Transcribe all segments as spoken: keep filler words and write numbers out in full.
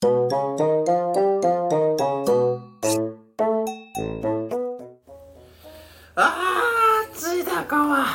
あー、暑いだかは。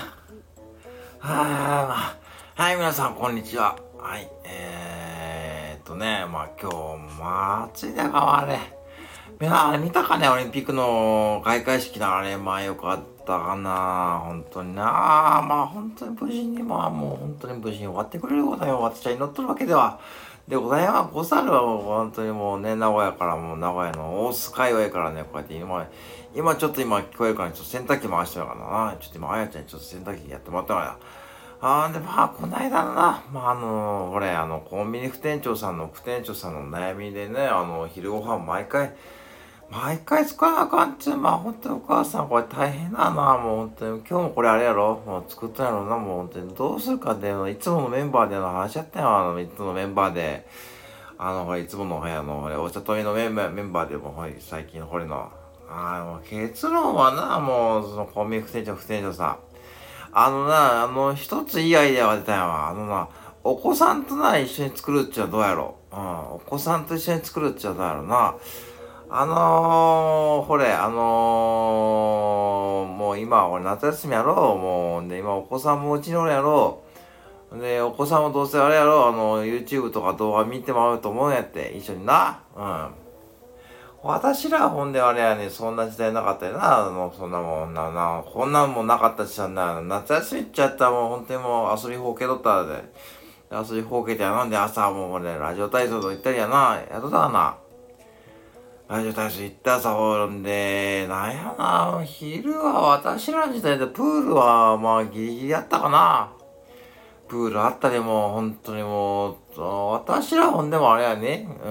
あー、はい、皆さん、こんにちは。はい、えーっとね、まあ今日もまあ暑いだかはね。みんな見たかね、オリンピックの開会式のあれ、まあよかったかな。本当にな。まあ本当に無事に、まあもう本当に無事に終わってくれることよ。私は祈っとるわけでは。で、ございます。ござるはもう本当にもうね、名古屋からもう名古屋の大須界隈からね、こうやって今、今ちょっと今聞こえるから、ね、ちょっと洗濯機回してるからな。ちょっと今、あやちゃんにちょっと洗濯機やってもらったから。あーで、まあ、こないだな、まあ、あのー、これ、あの、コンビニ副店長さんの副店長さんの悩みでね、あの、昼ご飯毎回、毎回使わなあかんっちゅう、まあ、ほんとにお母さん、これ大変だな、もうほんとに、今日もこれあれやろ、もう作ったんやろな、もうほんとに、どうするかで、いつものメンバーでの話やったよ、あの、いつものメンバーで、あの、ほれ、いつもの部屋の、ほれ、お茶とみのメンバー、メンバーでも、ほれ、最近、ほれの、ああ、もう結論はな、もう、その、コンビニ副店長、副店長さん。あのな、あの、一ついいアイデアが出たんやわ。あのな、お子さんとな、一緒に作るっちゃどうやろう。うん、お子さんと一緒に作るっちゃどうやろうな。あのー、ほれ、あのー、もう今、俺夏休みやろもう、で、今お子さんもうちにおるやろで、お子さんもどうせあれやろあの、YouTube とか動画見てもらうと思うんやって、一緒にな。うん。私らほんであれやね、そんな時代なかったよな、あの、そんなもんな、な、こんなんもなかったしさ、な、夏休みっちゃったらもうほんとにもう遊びほうけとったで。遊びほうけてやなんで朝もうこれ、ラジオ体操と行ったりやな、やっとったかな。ラジオ体操行ったさ、ほんで、なんやな、昼は私らの時代でプールはまあギリギリやったかな。プールあったりもう本当にもう、私らほんでもあれやね、うん。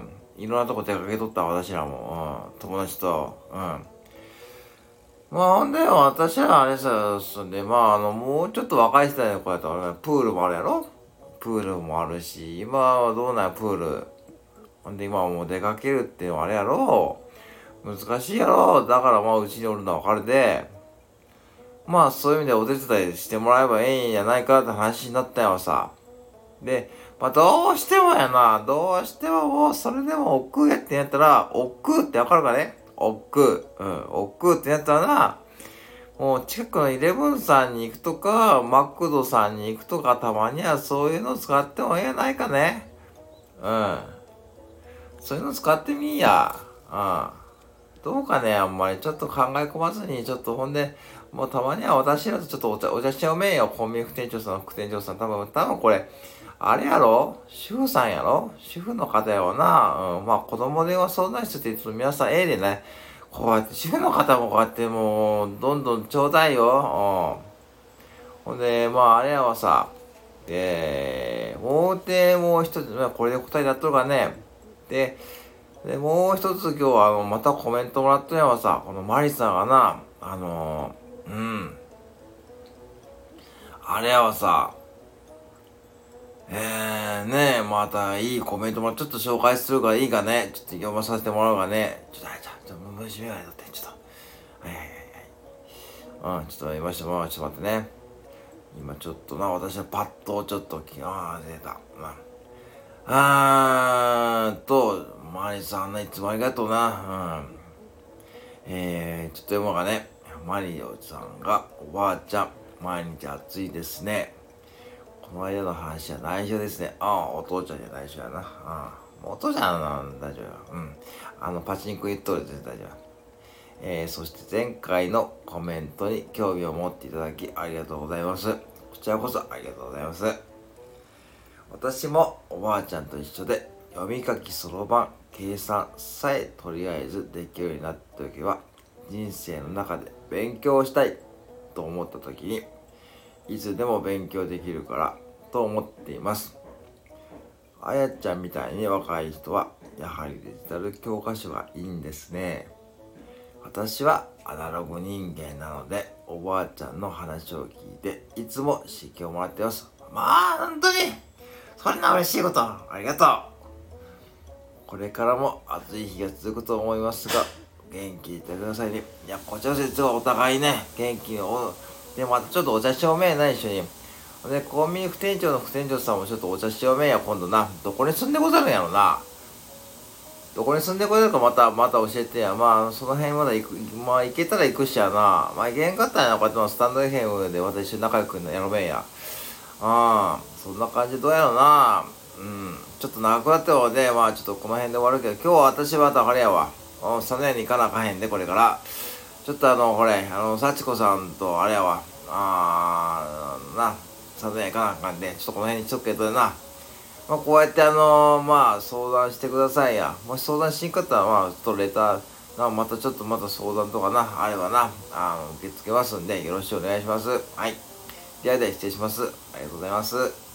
いろんなとこ出かけとった私らも、うん、友達と、うん。まあほんで私らあれさ、そんでまああの、もうちょっと若い世代の子やったら、プールもあるやろプールもあるし、今はどうなんや、プール。ほんで今はもう出かけるっていうのはあれやろ難しいやろだからまあうちにおるのは分かるで、まあそういう意味でお手伝いしてもらえばええんじゃないかって話になったよさ。で、まあどうしてもやな、どうしてももうそれでも億劫やってやったら、億劫ってわかるかね億劫。うん、億劫ってやったらな、もう近くのイレブンさんに行くとか、マクドさんに行くとか、たまにはそういうの使ってもええやないかね。うん。そういうの使ってみいや。うん。どうかね、あんまりちょっと考え込まずに、ちょっとほんで、もうたまには私らとちょっとお茶、お茶しちゃうめえよ。コンビニ副店長さん、副店長さん。多分、多分これ、あれやろ主婦さんやろ主婦の方やわな。うん。まあ子供電話相談室って言うと皆さんええでね。こうやって主婦の方もこうやってもう、どんどんちょうだいよ。うん。ほんで、まああれやわさ。で、もうて、もう一つ、まあこれで答えだっとるからね。で、で、もう一つ今日はあの、またコメントもらったんやわさ。このマリさんがな、あのー、うん。あれやわさ。えー、ねえ、またいいコメントもちょっと紹介するからいいかね。ちょっと読まさせてもらうがね。ちょっと、はい、ちょっと、娘がやって、ちょっと。はいはいはいはい。うん、ちょっと今してもらう、ちょっと待ってね。今ちょっとな、私はパッとちょっと、あー、出た。まあ、あーと、マリさんね、いつもありがとうな。うん。えー、ちょっと読もうかね。マリオさんが、おばあちゃん、毎日暑いですね。この間の話は内緒ですね。ああ、お父ちゃんじゃ内緒やな。ああ、お父ちゃんは大丈夫や。うん。あの、パチンコ言っとるです大丈夫。えー、そして前回のコメントに興味を持っていただきありがとうございます。こちらこそありがとうございます。私もおばあちゃんと一緒で読み書きそろばん、計算さえとりあえずできるようになった時は人生の中で勉強したいと思った時にいつでも勉強できるからと思っています。あやちゃんみたいに若い人はやはりデジタル教科書がいいんですね。私はアナログ人間なのでおばあちゃんの話を聞いていつも刺激をもらっています。まあ本当にそんな嬉しいことありがとう。これからも暑い日が続くと思いますが元気でいてくださいね。いやこちらこそお互いね元気をでまたちょっとお茶しようめえな一緒に。でコンビニ副店長の副店長さんもちょっとお茶しようめえや今度な。どこに住んでござるんやろな。 どこに住んでこれるかまた、また教えてや。まあ、その辺まだ行く、まあ、行けたら行くしやな。まあ、行けへんかったらな、こうやってのスタンド エフエム で私仲良くやろめんや。ああ、そんな感じどうやろな。うん。ちょっと長くなってもね、まあ、ちょっとこの辺で終わるけど、今日は私はあれやわ。うん、サネに行かなあかへんで、これから。ちょっとあの、これ、あの、幸子さんとあれやわ。あー、な、サネ行かなあかんで、ちょっとこの辺にしとくけどな。まあ、こうやってあのー、まあ、相談してくださいや。もし相談しんかったら、まあ、ちょっとレター、な、またちょっとまた相談とかな、あればな、あの、受け付けますんで、よろしくお願いします。はい。ではでは失礼します。ありがとうございます。